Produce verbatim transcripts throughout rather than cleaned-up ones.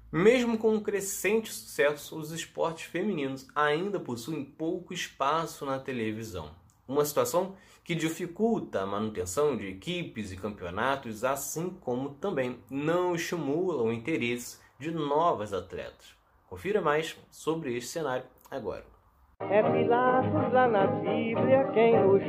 Mesmo com um crescente sucesso, os esportes femininos ainda possuem pouco espaço na televisão. Uma situação que dificulta a manutenção de equipes e campeonatos, assim como também não estimula o interesse de novas atletas. Confira mais sobre este cenário agora. É Pilatos lá na Bíblia quem nos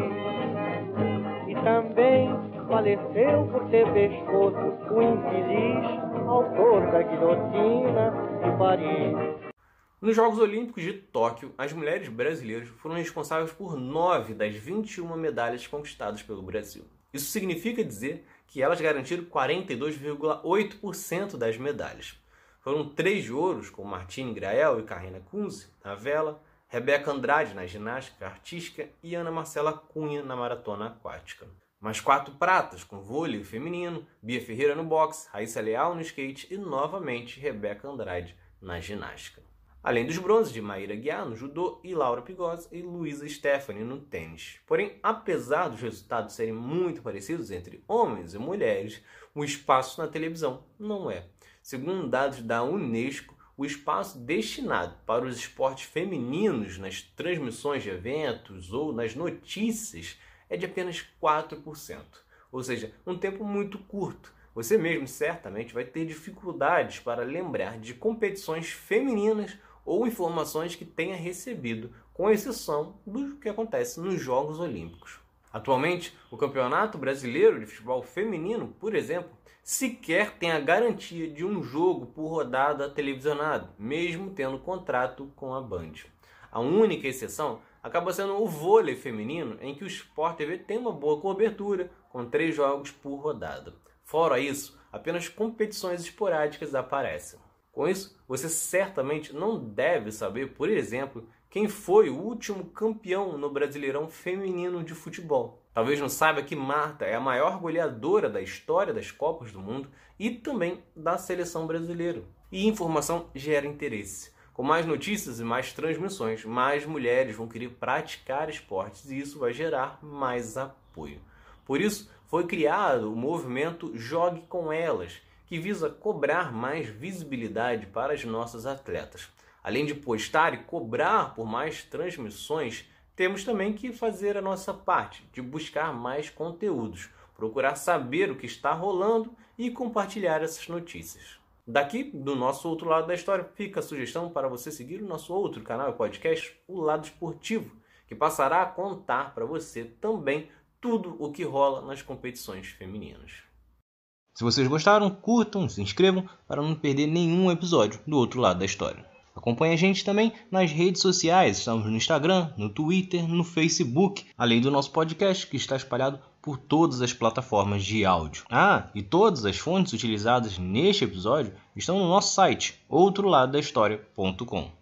diz, e também faleceu por ter pescoço o infeliz autor da guilhotina de Paris. Nos Jogos Olímpicos de Tóquio, as mulheres brasileiras foram responsáveis por nove das vinte e uma medalhas conquistadas pelo Brasil. Isso significa dizer que elas garantiram quarenta e dois vírgula oito por cento das medalhas. Foram três de ouros, com Martine Grael e Carina Kunze na vela, Rebeca Andrade na ginástica artística e Ana Marcela Cunha na maratona aquática. Mais quatro pratas, com vôlei feminino, Bia Ferreira no boxe, Raíssa Leal no skate e, novamente, Rebeca Andrade na ginástica. Além dos bronzes de Maíra Guiar no judô e Laura Pigosa e Luísa Stephanie no tênis. Porém, apesar dos resultados serem muito parecidos entre homens e mulheres, o espaço na televisão não é. Segundo dados da Unesco, o espaço destinado para os esportes femininos nas transmissões de eventos ou nas notícias é de apenas quatro por cento, ou seja, um tempo muito curto. Você mesmo certamente vai ter dificuldades para lembrar de competições femininas ou informações que tenha recebido, com exceção do que acontece nos Jogos Olímpicos. Atualmente, o Campeonato Brasileiro de Futebol Feminino, por exemplo, sequer tem a garantia de um jogo por rodada televisionado, mesmo tendo contrato com a Band. A única exceção acaba sendo o vôlei feminino, em que o Sport T V tem uma boa cobertura, com três jogos por rodada. Fora isso, apenas competições esporádicas aparecem. Com isso, você certamente não deve saber, por exemplo, quem foi o último campeão no Brasileirão Feminino de Futebol. Talvez não saiba que Marta é a maior goleadora da história das Copas do Mundo e também da seleção brasileira. E informação gera interesse. Com mais notícias e mais transmissões, mais mulheres vão querer praticar esportes e isso vai gerar mais apoio. Por isso, foi criado o movimento Jogue com Elas, que visa cobrar mais visibilidade para as nossas atletas. Além de postar e cobrar por mais transmissões, temos também que fazer a nossa parte de buscar mais conteúdos, procurar saber o que está rolando e compartilhar essas notícias. Daqui, do nosso outro lado da história, fica a sugestão para você seguir o nosso outro canal e podcast, O Lado Esportivo, que passará a contar para você também tudo o que rola nas competições femininas. Se vocês gostaram, curtam, se inscrevam para não perder nenhum episódio do outro lado da história. Acompanhe a gente também nas redes sociais, estamos no Instagram, no Twitter, no Facebook, além do nosso podcast que está espalhado por todas as plataformas de áudio. Ah, e todas as fontes utilizadas neste episódio estão no nosso site, outro lado da história ponto com.